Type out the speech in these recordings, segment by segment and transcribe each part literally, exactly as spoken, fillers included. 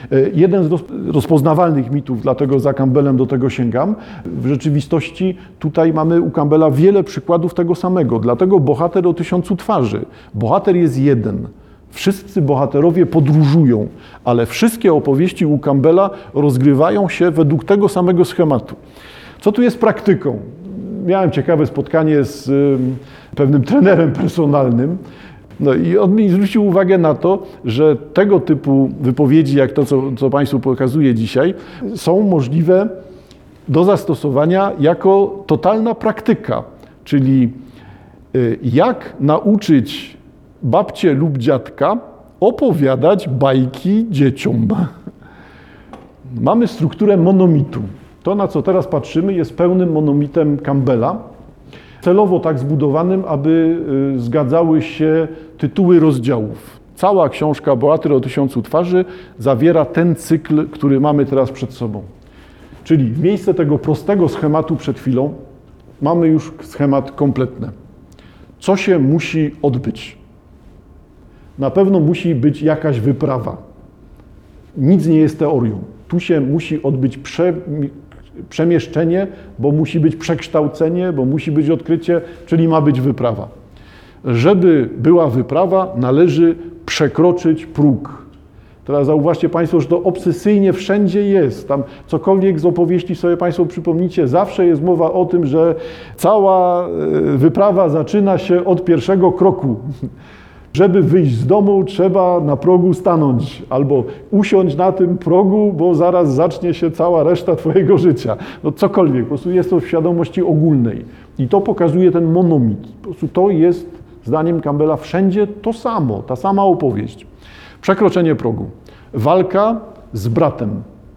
Jeden z rozpoznawalnych mitów, dlatego za Campbellem do tego sięgam. W rzeczywistości tutaj mamy u Campbella wiele przykładów tego samego. Dlatego bohater o tysiącu twarzy. Bohater jest jeden. Wszyscy bohaterowie podróżują, ale wszystkie opowieści u Campbella rozgrywają się według tego samego schematu. Co tu jest praktyką? Miałem ciekawe spotkanie z pewnym trenerem personalnym. No i on mi zwrócił uwagę na to, że tego typu wypowiedzi, jak to, co, co Państwu pokazuję dzisiaj, są możliwe do zastosowania jako totalna praktyka. Czyli jak nauczyć babcię lub dziadka opowiadać bajki dzieciom. Mamy strukturę monomitu. To, na co teraz patrzymy, jest pełnym monomitem Campbella, celowo tak zbudowanym, aby zgadzały się tytuły rozdziałów. Cała książka Bohater o tysiącu twarzy zawiera ten cykl, który mamy teraz przed sobą. Czyli w miejsce tego prostego schematu przed chwilą mamy już schemat kompletny. Co się musi odbyć? Na pewno musi być jakaś wyprawa. Nic nie jest teorią. Tu się musi odbyć prze, przemieszczenie, bo musi być przekształcenie, bo musi być odkrycie, czyli ma być wyprawa. Żeby była wyprawa, należy przekroczyć próg. Teraz zauważcie Państwo, że to obsesyjnie wszędzie jest. Tam cokolwiek z opowieści sobie Państwo przypomnicie, zawsze jest mowa o tym, że cała wyprawa zaczyna się od pierwszego kroku. Żeby wyjść z domu, trzeba na progu stanąć albo usiąść na tym progu, bo zaraz zacznie się cała reszta Twojego życia. No cokolwiek, po prostu jest to w świadomości ogólnej. I to pokazuje ten monomit. Po prostu to jest, zdaniem Campbella, wszędzie to samo, ta sama opowieść. Przekroczenie progu. Walka z bratem.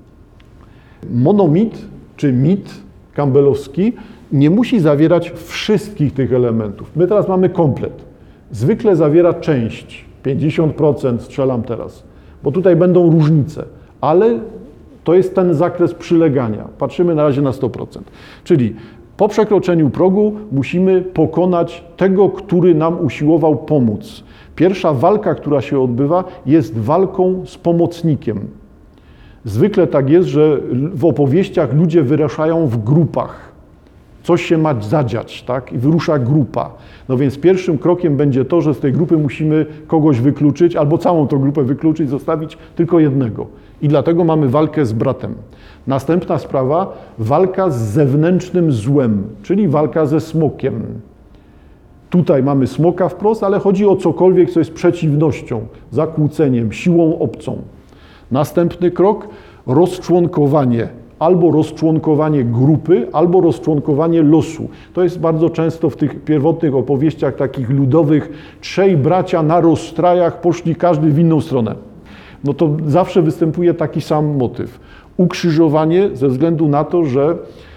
Monomit, czy mit campbellowski nie musi zawierać wszystkich tych elementów. My teraz mamy komplet. Zwykle zawiera część, pięćdziesiąt procent strzelam teraz, bo tutaj będą różnice, ale to jest ten zakres przylegania. Patrzymy na razie na sto procent. Czyli po przekroczeniu progu musimy pokonać tego, który nam usiłował pomóc. Pierwsza walka, która się odbywa, jest walką z pomocnikiem. Zwykle tak jest, że w opowieściach ludzie wyruszają w grupach. Coś się ma zadziać, tak? I wyrusza grupa. No więc pierwszym krokiem będzie to, że z tej grupy musimy kogoś wykluczyć, albo całą tą grupę wykluczyć, zostawić tylko jednego. I dlatego mamy walkę z bratem. Następna sprawa, walka z zewnętrznym złem, czyli walka ze smokiem. Tutaj mamy smoka wprost, ale chodzi o cokolwiek, co jest przeciwnością, zakłóceniem, siłą obcą. Następny krok, rozczłonkowanie. Albo rozczłonkowanie grupy, albo rozczłonkowanie losu. To jest bardzo często w tych pierwotnych opowieściach takich ludowych. Trzej bracia na rozstrajach poszli każdy w inną stronę. No to zawsze występuje taki sam motyw. Ukrzyżowanie ze względu na to, że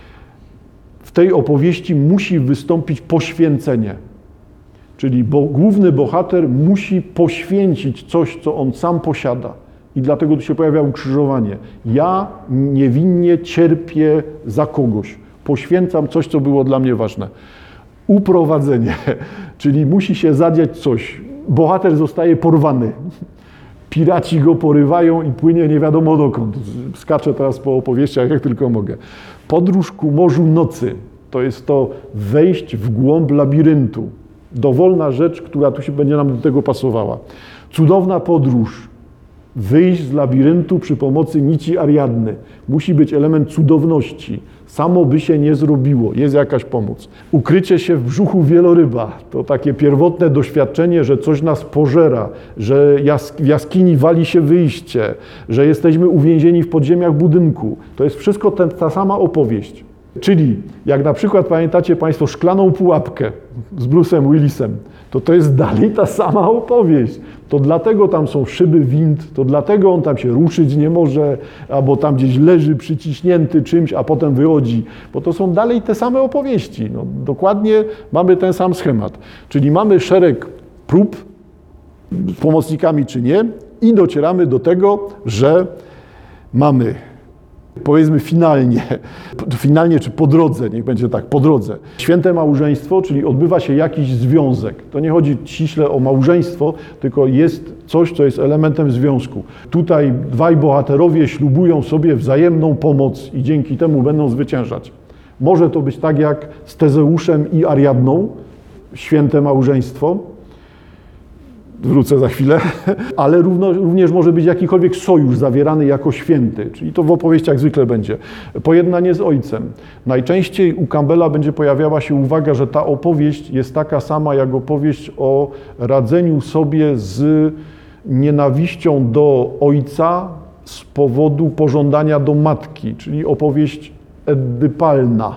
w tej opowieści musi wystąpić poświęcenie. Czyli bo główny bohater musi poświęcić coś, co on sam posiada. I dlatego tu się pojawia ukrzyżowanie. Ja niewinnie cierpię za kogoś. Poświęcam coś, co było dla mnie ważne. Uprowadzenie, czyli musi się zadziać coś. Bohater zostaje porwany. Piraci go porywają i płynie nie wiadomo dokąd. Skaczę teraz po opowieściach, jak tylko mogę. Podróż ku morzu nocy. To jest to wejść w głąb labiryntu. Dowolna rzecz, która tu się będzie nam do tego pasowała. Cudowna podróż. Wyjść z labiryntu przy pomocy nici Ariadny. Musi być element cudowności. Samo by się nie zrobiło. Jest jakaś pomoc. Ukrycie się w brzuchu wieloryba. To takie pierwotne doświadczenie, że coś nas pożera, że jask- w jaskini wali się wyjście, że jesteśmy uwięzieni w podziemiach budynku. To jest wszystko ten, ta sama opowieść. Czyli jak na przykład pamiętacie Państwo Szklaną pułapkę z Bruce'em Willisem, to to jest dalej ta sama opowieść. To dlatego tam są szyby wind, to dlatego on tam się ruszyć nie może, albo tam gdzieś leży przyciśnięty czymś, a potem wychodzi. Bo to są dalej te same opowieści. No, dokładnie mamy ten sam schemat. Czyli mamy szereg prób, z pomocnikami czy nie, i docieramy do tego, że mamy, powiedzmy finalnie, finalnie czy po drodze, niech będzie tak, po drodze, święte małżeństwo, czyli odbywa się jakiś związek. To nie chodzi ściśle o małżeństwo, tylko jest coś, co jest elementem związku. Tutaj dwaj bohaterowie ślubują sobie wzajemną pomoc i dzięki temu będą zwyciężać. Może to być tak jak z Tezeuszem i Ariadną, święte małżeństwo, wrócę za chwilę, ale równo, również może być jakikolwiek sojusz zawierany jako święty, czyli to w opowieściach zwykle będzie. Pojednanie z ojcem. Najczęściej u Campbella będzie pojawiała się uwaga, że ta opowieść jest taka sama jak opowieść o radzeniu sobie z nienawiścią do ojca z powodu pożądania do matki, czyli opowieść edypalna.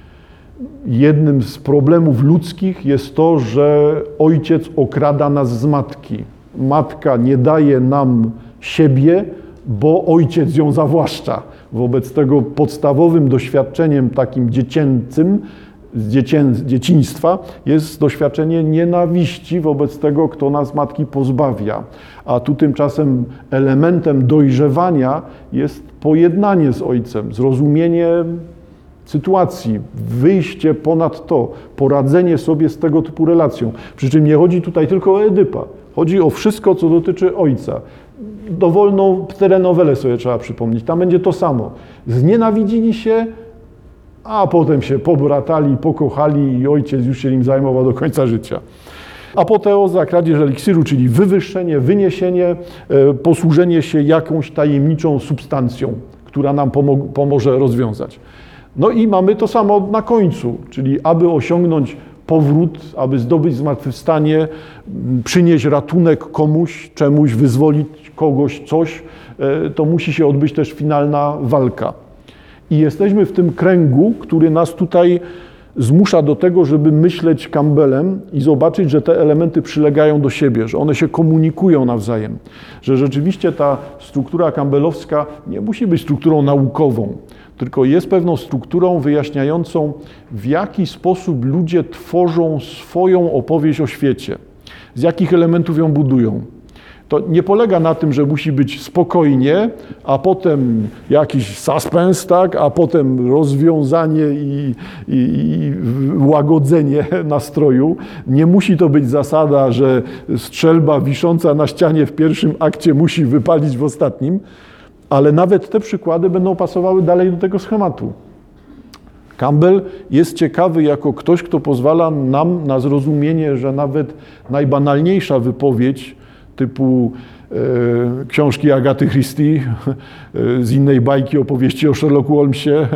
Jednym z problemów ludzkich jest to, że ojciec okrada nas z matki. Matka nie daje nam siebie, bo ojciec ją zawłaszcza. Wobec tego podstawowym doświadczeniem takim dziecięcym, z dziecię, dzieciństwa jest doświadczenie nienawiści wobec tego, kto nas matki pozbawia. A tu tymczasem elementem dojrzewania jest pojednanie z ojcem, zrozumienie sytuacji, wyjście ponad to, poradzenie sobie z tego typu relacją. Przy czym nie chodzi tutaj tylko o Edypa. Chodzi o wszystko, co dotyczy ojca. Dowolną telenowelę sobie trzeba przypomnieć. Tam będzie to samo. Znienawidzili się, a potem się pobratali, pokochali i ojciec już się nim zajmował do końca życia. Apoteoza, kradzież eliksiru, czyli wywyższenie, wyniesienie, posłużenie się jakąś tajemniczą substancją, która nam pomo- pomoże rozwiązać. No i mamy to samo na końcu, czyli aby osiągnąć powrót, aby zdobyć zmartwychwstanie, przynieść ratunek komuś, czemuś, wyzwolić kogoś, coś, to musi się odbyć też finalna walka. I jesteśmy w tym kręgu, który nas tutaj zmusza do tego, żeby myśleć Campbellem i zobaczyć, że te elementy przylegają do siebie, że one się komunikują nawzajem, że rzeczywiście ta struktura campbellowska nie musi być strukturą naukową, tylko jest pewną strukturą wyjaśniającą, w jaki sposób ludzie tworzą swoją opowieść o świecie, z jakich elementów ją budują. To nie polega na tym, że musi być spokojnie, a potem jakiś suspens, tak, a potem rozwiązanie i, i, i łagodzenie nastroju. Nie musi to być zasada, że strzelba wisząca na ścianie w pierwszym akcie musi wypalić w ostatnim, ale nawet te przykłady będą pasowały dalej do tego schematu. Campbell jest ciekawy jako ktoś, kto pozwala nam na zrozumienie, że nawet najbanalniejsza wypowiedź typu e, książki Agaty Christie, e, z innej bajki opowieści o Sherlocku Holmesie, e,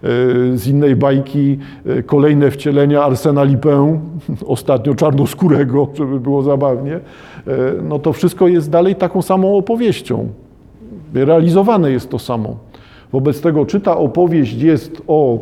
z innej bajki e, kolejne wcielenia Arsena Lupin, ostatnio czarnoskórego, żeby było zabawnie, e, no to wszystko jest dalej taką samą opowieścią. Realizowane jest to samo. Wobec tego, czy ta opowieść jest o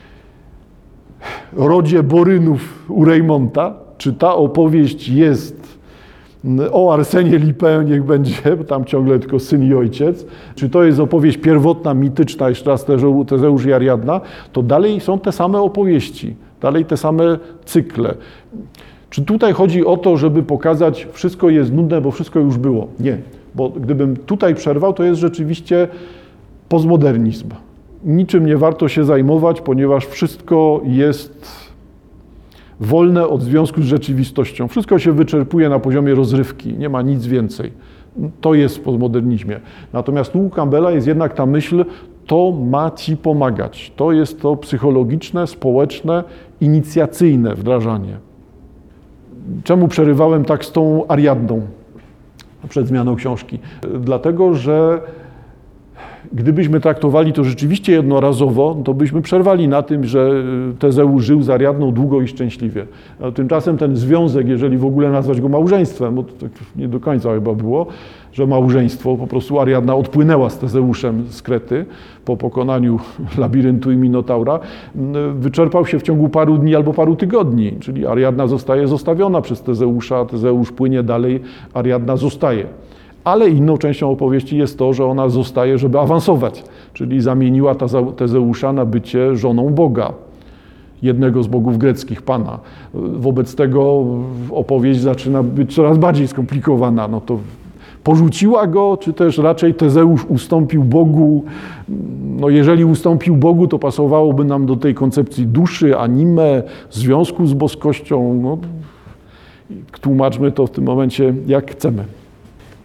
rodzie Borynów u Reymonta, czy ta opowieść jest o Arsenie Lupin, niech będzie, bo tam ciągle tylko syn i ojciec, czy to jest opowieść pierwotna, mityczna, jeszcze raz Tezeusz i Ariadna, to dalej są te same opowieści, dalej te same cykle. Czy tutaj chodzi o to, żeby pokazać, wszystko jest nudne, bo wszystko już było? Nie, bo gdybym tutaj przerwał, to jest rzeczywiście postmodernizm. Niczym nie warto się zajmować, ponieważ wszystko jest wolne od związku z rzeczywistością. Wszystko się wyczerpuje na poziomie rozrywki, nie ma nic więcej. To jest w postmodernizmie. Natomiast u Campbella jest jednak ta myśl, to ma ci pomagać. To jest to psychologiczne, społeczne, inicjacyjne wdrażanie. Czemu przerywałem tak z tą Ariadną przed zmianą książki? Dlatego, że gdybyśmy traktowali to rzeczywiście jednorazowo, to byśmy przerwali na tym, że Tezeusz żył z Ariadną długo i szczęśliwie. A tymczasem ten związek, jeżeli w ogóle nazwać go małżeństwem, bo to tak nie do końca chyba było, że małżeństwo, po prostu Ariadna odpłynęła z Tezeuszem z Krety po pokonaniu labiryntu i Minotaura, wyczerpał się w ciągu paru dni albo paru tygodni, czyli Ariadna zostaje zostawiona przez Tezeusza, Tezeusz płynie dalej, Ariadna zostaje. Ale inną częścią opowieści jest to, że ona zostaje, żeby awansować, czyli zamieniła Tezeusza na bycie żoną Boga, jednego z bogów greckich, Pana. Wobec tego opowieść zaczyna być coraz bardziej skomplikowana. No to porzuciła go, czy też raczej Tezeusz ustąpił Bogu? No jeżeli ustąpił Bogu, to pasowałoby nam do tej koncepcji duszy, anime, związku z boskością. No, tłumaczmy to w tym momencie jak chcemy.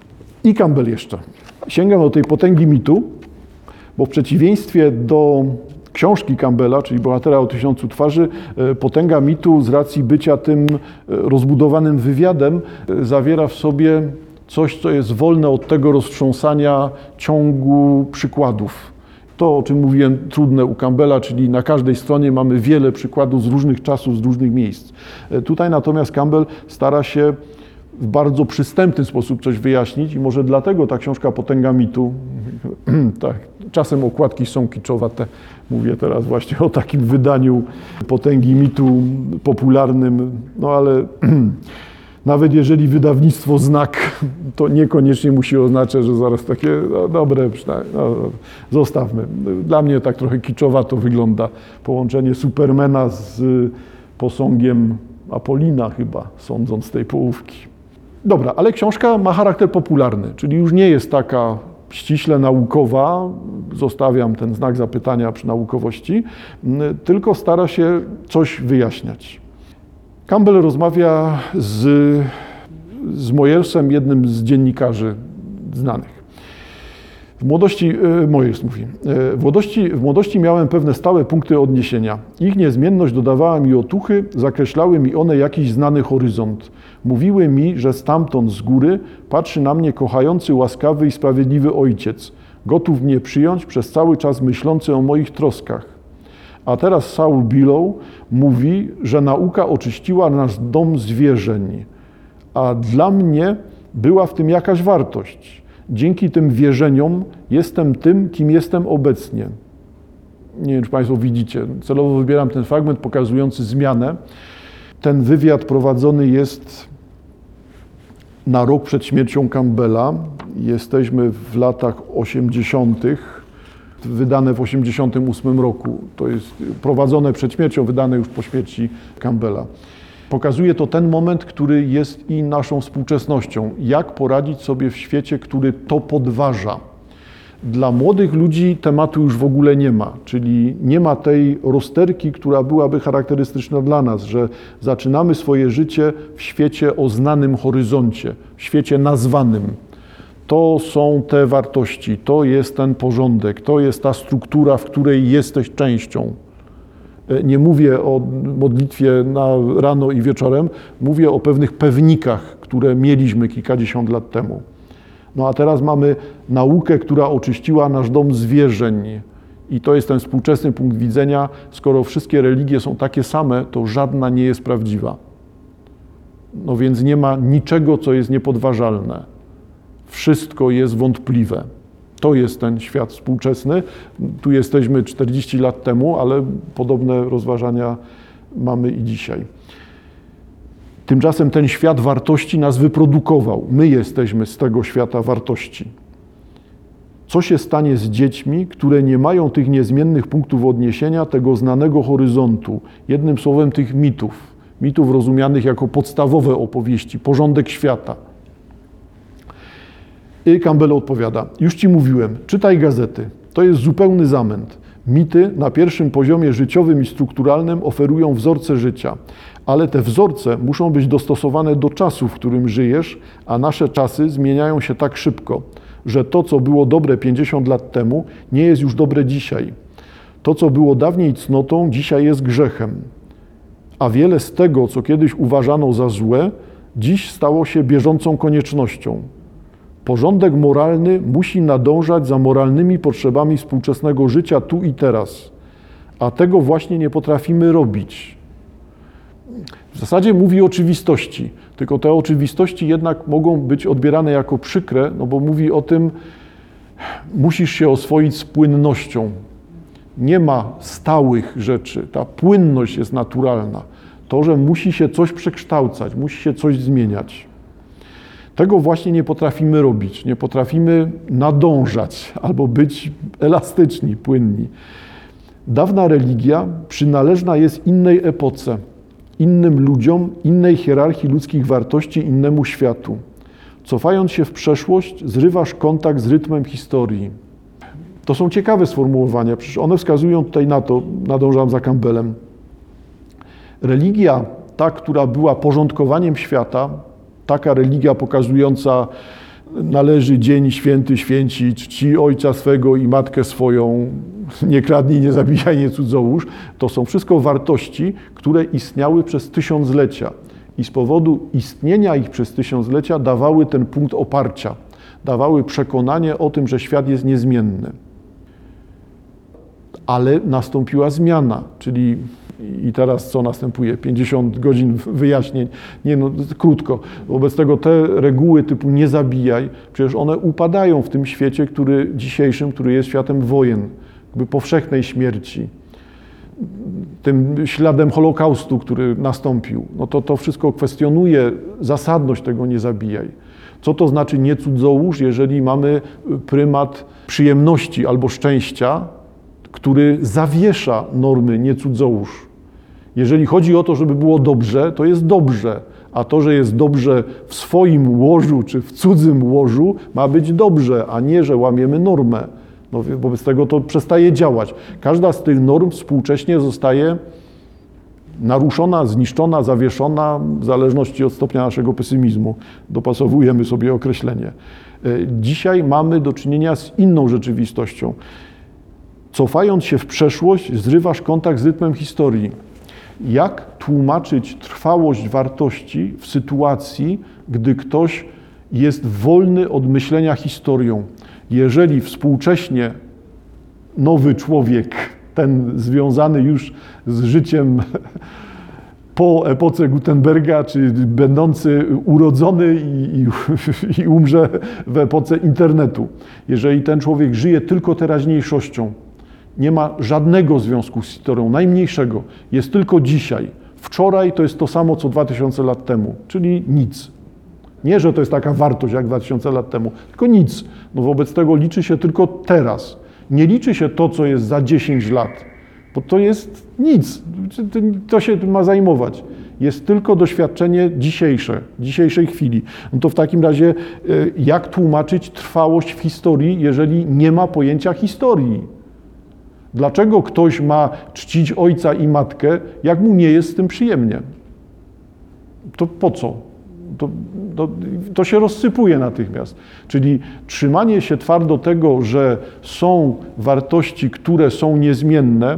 I Campbell jeszcze. Sięgam do tej potęgi mitu, bo w przeciwieństwie do książki Campbella, czyli Bohatera o tysiącu twarzy, potęga mitu z racji bycia tym rozbudowanym wywiadem zawiera w sobie coś, co jest wolne od tego roztrząsania ciągu przykładów. To, o czym mówiłem, trudne u Campbella, czyli na każdej stronie mamy wiele przykładów z różnych czasów, z różnych miejsc. Tutaj natomiast Campbell stara się w bardzo przystępny sposób coś wyjaśnić i może dlatego ta książka Potęga mitu, tak, czasem okładki są kiczowate, mówię teraz właśnie o takim wydaniu Potęgi mitu popularnym, no ale nawet jeżeli wydawnictwo Znak, to niekoniecznie musi oznaczać, że zaraz takie, no dobre, no, zostawmy. Dla mnie tak trochę kiczowato wygląda połączenie Supermana z posągiem Apolina chyba, sądząc z tej połówki. Dobra, ale książka ma charakter popularny, czyli już nie jest taka ściśle naukowa, zostawiam ten znak zapytania przy naukowości, tylko stara się coś wyjaśniać. Campbell rozmawia z, z Moyersem, jednym z dziennikarzy znanych. W młodości, Moyers mówi, w młodości, w młodości miałem pewne stałe punkty odniesienia. Ich niezmienność dodawała mi otuchy, zakreślały mi one jakiś znany horyzont. Mówiły mi, że stamtąd z góry patrzy na mnie kochający, łaskawy i sprawiedliwy ojciec, gotów mnie przyjąć, przez cały czas myślący o moich troskach. A teraz Saul Bellow mówi, że nauka oczyściła nasz dom zwierzeń, a dla mnie była w tym jakaś wartość. Dzięki tym wierzeniom jestem tym, kim jestem obecnie. Nie wiem, czy Państwo widzicie, celowo wybieram ten fragment pokazujący zmianę. Ten wywiad prowadzony jest na rok przed śmiercią Campbella. Jesteśmy w latach osiemdziesiątych. Wydane w osiemdziesiątym ósmym roku. To jest prowadzone przed śmiercią, wydane już po śmierci Campbella. Pokazuje to ten moment, który jest i naszą współczesnością. Jak poradzić sobie w świecie, który to podważa. Dla młodych ludzi tematu już w ogóle nie ma, czyli nie ma tej rozterki, która byłaby charakterystyczna dla nas, że zaczynamy swoje życie w świecie o znanym horyzoncie, w świecie nazwanym. To są te wartości, to jest ten porządek, to jest ta struktura, w której jesteś częścią. Nie mówię o modlitwie na rano i wieczorem, mówię o pewnych pewnikach, które mieliśmy kilkadziesiąt lat temu. No a teraz mamy naukę, która oczyściła nasz dom zwierzeń. I to jest ten współczesny punkt widzenia. Skoro wszystkie religie są takie same, to żadna nie jest prawdziwa. No więc nie ma niczego, co jest niepodważalne. Wszystko jest wątpliwe. To jest ten świat współczesny. Tu jesteśmy czterdzieści lat temu, ale podobne rozważania mamy i dzisiaj. Tymczasem ten świat wartości nas wyprodukował. My jesteśmy z tego świata wartości. Co się stanie z dziećmi, które nie mają tych niezmiennych punktów odniesienia, tego znanego horyzontu, jednym słowem tych mitów, mitów rozumianych jako podstawowe opowieści, porządek świata? I Campbell odpowiada, już Ci mówiłem, czytaj gazety, to jest zupełny zamęt. Mity na pierwszym poziomie życiowym i strukturalnym oferują wzorce życia, ale te wzorce muszą być dostosowane do czasu, w którym żyjesz, a nasze czasy zmieniają się tak szybko, że to, co było dobre pięćdziesiąt lat temu, nie jest już dobre dzisiaj. To, co było dawniej cnotą, dzisiaj jest grzechem, a wiele z tego, co kiedyś uważano za złe, dziś stało się bieżącą koniecznością. Porządek moralny musi nadążać za moralnymi potrzebami współczesnego życia tu i teraz, a tego właśnie nie potrafimy robić. W zasadzie mówi o oczywistości, tylko te oczywistości jednak mogą być odbierane jako przykre, no bo mówi o tym, musisz się oswoić z płynnością. Nie ma stałych rzeczy, ta płynność jest naturalna. To, że musi się coś przekształcać, musi się coś zmieniać. Tego właśnie nie potrafimy robić, nie potrafimy nadążać albo być elastyczni, płynni. Dawna religia przynależna jest innej epoce, innym ludziom, innej hierarchii ludzkich wartości, innemu światu. Cofając się w przeszłość, zrywasz kontakt z rytmem historii. To są ciekawe sformułowania, przecież one wskazują tutaj na to, nadążam za Campbellem. Religia, ta, która była porządkowaniem świata, taka religia pokazująca należy dzień święty święcić, czci ojca swego i matkę swoją, nie kradnij, nie zabijaj, nie cudzołóż. To są wszystko wartości, które istniały przez tysiąclecia i z powodu istnienia ich przez tysiąclecia dawały ten punkt oparcia, dawały przekonanie o tym, że świat jest niezmienny. Ale nastąpiła zmiana, czyli i teraz co następuje? pięćdziesiąt godzin wyjaśnień. Nie no, krótko. Wobec tego te reguły typu nie zabijaj, przecież one upadają w tym świecie, który dzisiejszym, który jest światem wojen, jakby powszechnej śmierci. Tym śladem Holokaustu, który nastąpił. No to to wszystko kwestionuje zasadność tego nie zabijaj. Co to znaczy nie cudzołóż, jeżeli mamy prymat przyjemności albo szczęścia, który zawiesza normy nie cudzołóż. Jeżeli chodzi o to, żeby było dobrze, to jest dobrze, a to, że jest dobrze w swoim łożu czy w cudzym łożu, ma być dobrze, a nie, że łamiemy normę. No, wobec tego to przestaje działać. Każda z tych norm współcześnie zostaje naruszona, zniszczona, zawieszona, w zależności od stopnia naszego pesymizmu. Dopasowujemy sobie określenie. Dzisiaj mamy do czynienia z inną rzeczywistością. Cofając się w przeszłość, zrywasz kontakt z rytmem historii. Jak tłumaczyć trwałość wartości w sytuacji, gdy ktoś jest wolny od myślenia historią? Jeżeli współcześnie nowy człowiek, ten związany już z życiem po epoce Gutenberga, czy będący urodzony i, i, i umrze w epoce internetu, jeżeli ten człowiek żyje tylko teraźniejszością, nie ma żadnego związku z historią, najmniejszego, jest tylko dzisiaj. Wczoraj to jest to samo, co dwa tysiące lat temu, czyli nic. Nie, że to jest taka wartość jak dwa tysiące lat temu, tylko nic. No wobec tego liczy się tylko teraz. Nie liczy się to, co jest za dziesięć lat, bo to jest nic. To się tym ma zajmować. Jest tylko doświadczenie dzisiejsze, dzisiejszej chwili. No to w takim razie jak tłumaczyć trwałość w historii, jeżeli nie ma pojęcia historii? Dlaczego ktoś ma czcić ojca i matkę, jak mu nie jest z tym przyjemnie? To po co? To, to, to się rozsypuje natychmiast. Czyli trzymanie się twardo tego, że są wartości, które są niezmienne,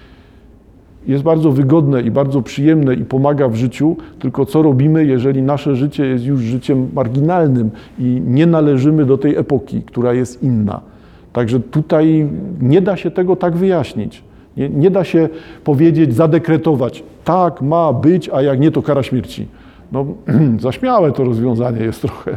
jest bardzo wygodne i bardzo przyjemne i pomaga w życiu, tylko co robimy, jeżeli nasze życie jest już życiem marginalnym i nie należymy do tej epoki, która jest inna. Także tutaj nie da się tego tak wyjaśnić. Nie, nie da się powiedzieć, zadekretować, tak ma być, a jak nie, to kara śmierci. No, zaśmiałe to rozwiązanie jest trochę.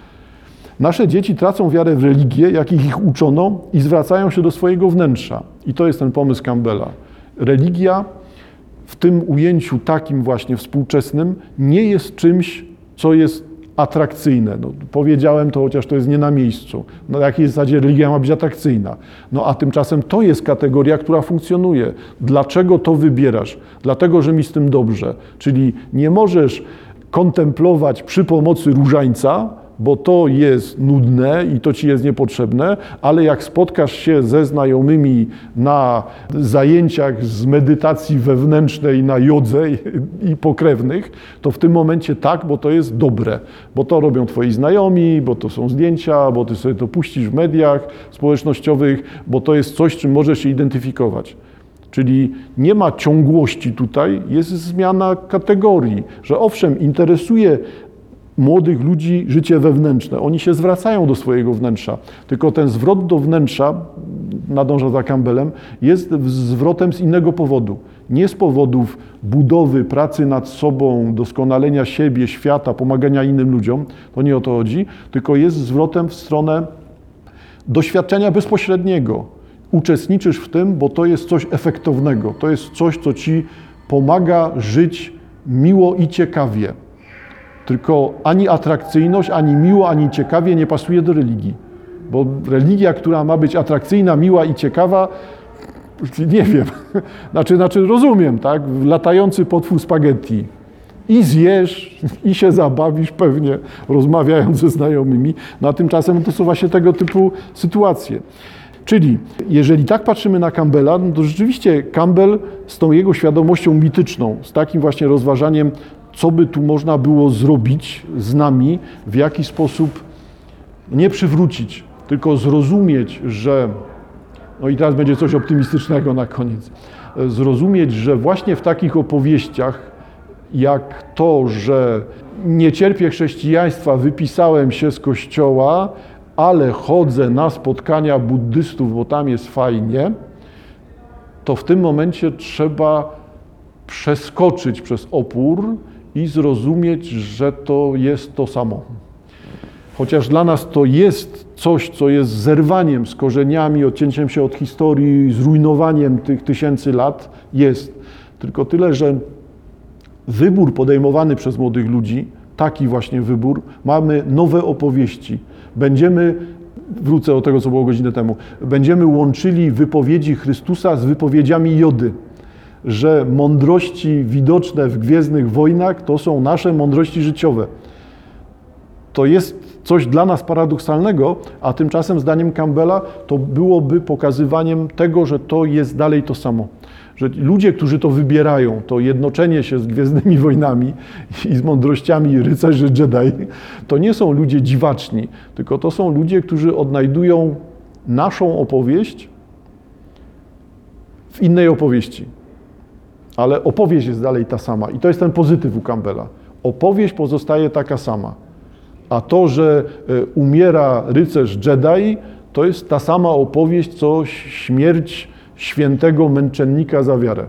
Nasze dzieci tracą wiarę w religię, jakich ich uczono, i zwracają się do swojego wnętrza. I to jest ten pomysł Campbella. Religia w tym ujęciu takim właśnie współczesnym nie jest czymś, co jest atrakcyjne. No, powiedziałem to, chociaż to jest nie na miejscu. Na jakiej zasadzie religia ma być atrakcyjna? No a tymczasem to jest kategoria, która funkcjonuje. Dlaczego to wybierasz? Dlatego, że mi z tym dobrze. Czyli nie możesz kontemplować przy pomocy różańca, bo to jest nudne i to ci jest niepotrzebne, ale jak spotkasz się ze znajomymi na zajęciach z medytacji wewnętrznej na jodze i, i pokrewnych, to w tym momencie tak, bo to jest dobre, bo to robią twoi znajomi, bo to są zdjęcia, bo ty sobie to puścisz w mediach społecznościowych, bo to jest coś, czym możesz się identyfikować. Czyli nie ma ciągłości tutaj, jest zmiana kategorii, że owszem, interesuje młodych ludzi życie wewnętrzne. Oni się zwracają do swojego wnętrza. Tylko ten zwrot do wnętrza, nadąża za Campbellem, jest zwrotem z innego powodu. Nie z powodów budowy, pracy nad sobą, doskonalenia siebie, świata, pomagania innym ludziom, to nie o to chodzi, tylko jest zwrotem w stronę doświadczenia bezpośredniego. Uczestniczysz w tym, bo to jest coś efektownego. To jest coś, co ci pomaga żyć miło i ciekawie. Tylko ani atrakcyjność, ani miło, ani ciekawie nie pasuje do religii. Bo religia, która ma być atrakcyjna, miła i ciekawa, nie wiem, znaczy, znaczy rozumiem, tak? Latający potwór spaghetti. I zjesz, i się zabawisz pewnie, rozmawiając ze znajomymi, no a tymczasem to są właśnie tego typu sytuacje. Czyli jeżeli tak patrzymy na Campbella, no to rzeczywiście Campbell z tą jego świadomością mityczną, z takim właśnie rozważaniem, co by tu można było zrobić z nami, w jaki sposób nie przywrócić, tylko zrozumieć, że, no i teraz będzie coś optymistycznego na koniec, zrozumieć, że właśnie w takich opowieściach, jak to, że nie cierpię chrześcijaństwa, wypisałem się z kościoła, ale chodzę na spotkania buddystów, bo tam jest fajnie, to w tym momencie trzeba przeskoczyć przez opór i zrozumieć, że to jest to samo. Chociaż dla nas to jest coś, co jest zerwaniem z korzeniami, odcięciem się od historii, zrujnowaniem tych tysięcy lat, jest. Tylko tyle, że wybór podejmowany przez młodych ludzi, taki właśnie wybór, mamy nowe opowieści. Będziemy, wrócę do tego, co było godzinę temu, będziemy łączyli wypowiedzi Chrystusa z wypowiedziami Jody, że mądrości widoczne w Gwiezdnych Wojnach to są nasze mądrości życiowe. To jest coś dla nas paradoksalnego, a tymczasem zdaniem Campbella to byłoby pokazywaniem tego, że to jest dalej to samo. Że ludzie, którzy to wybierają, to jednoczenie się z Gwiezdnymi Wojnami i z mądrościami rycerzy Jedi, to nie są ludzie dziwaczni, tylko to są ludzie, którzy odnajdują naszą opowieść w innej opowieści. Ale opowieść jest dalej ta sama i to jest ten pozytyw u Campbella. Opowieść pozostaje taka sama. A to, że umiera rycerz Jedi, to jest ta sama opowieść, co śmierć świętego męczennika za wiarę.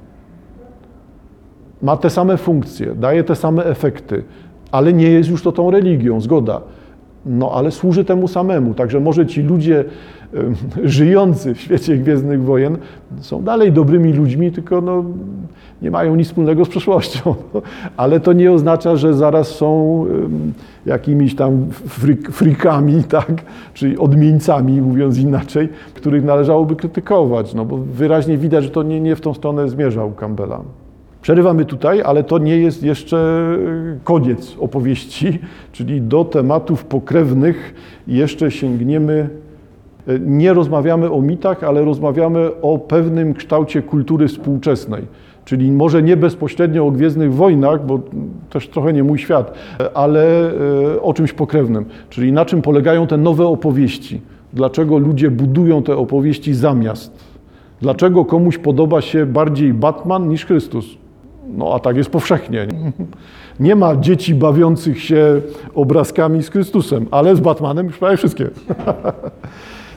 Ma te same funkcje, daje te same efekty, ale nie jest już to tą religią, zgoda. No ale służy temu samemu, także może ci ludzie y, żyjący w świecie Gwiezdnych Wojen są dalej dobrymi ludźmi, tylko no, nie mają nic wspólnego z przeszłością. Ale to nie oznacza, że zaraz są y, jakimiś tam fryk, frikami, tak? Czyli odmieńcami, mówiąc inaczej, których należałoby krytykować, no bo wyraźnie widać, że to nie, nie w tą stronę zmierzał Campbella. Przerywamy tutaj, ale to nie jest jeszcze koniec opowieści, czyli do tematów pokrewnych jeszcze sięgniemy. Nie rozmawiamy o mitach, ale rozmawiamy o pewnym kształcie kultury współczesnej. Czyli może nie bezpośrednio o Gwiezdnych Wojnach, bo też trochę nie mój świat, ale o czymś pokrewnym. Czyli na czym polegają te nowe opowieści. Dlaczego ludzie budują te opowieści zamiast. Dlaczego komuś podoba się bardziej Batman niż Chrystus. No a tak jest powszechnie. Nie ma dzieci bawiących się obrazkami z Chrystusem, ale z Batmanem już prawie wszystkie.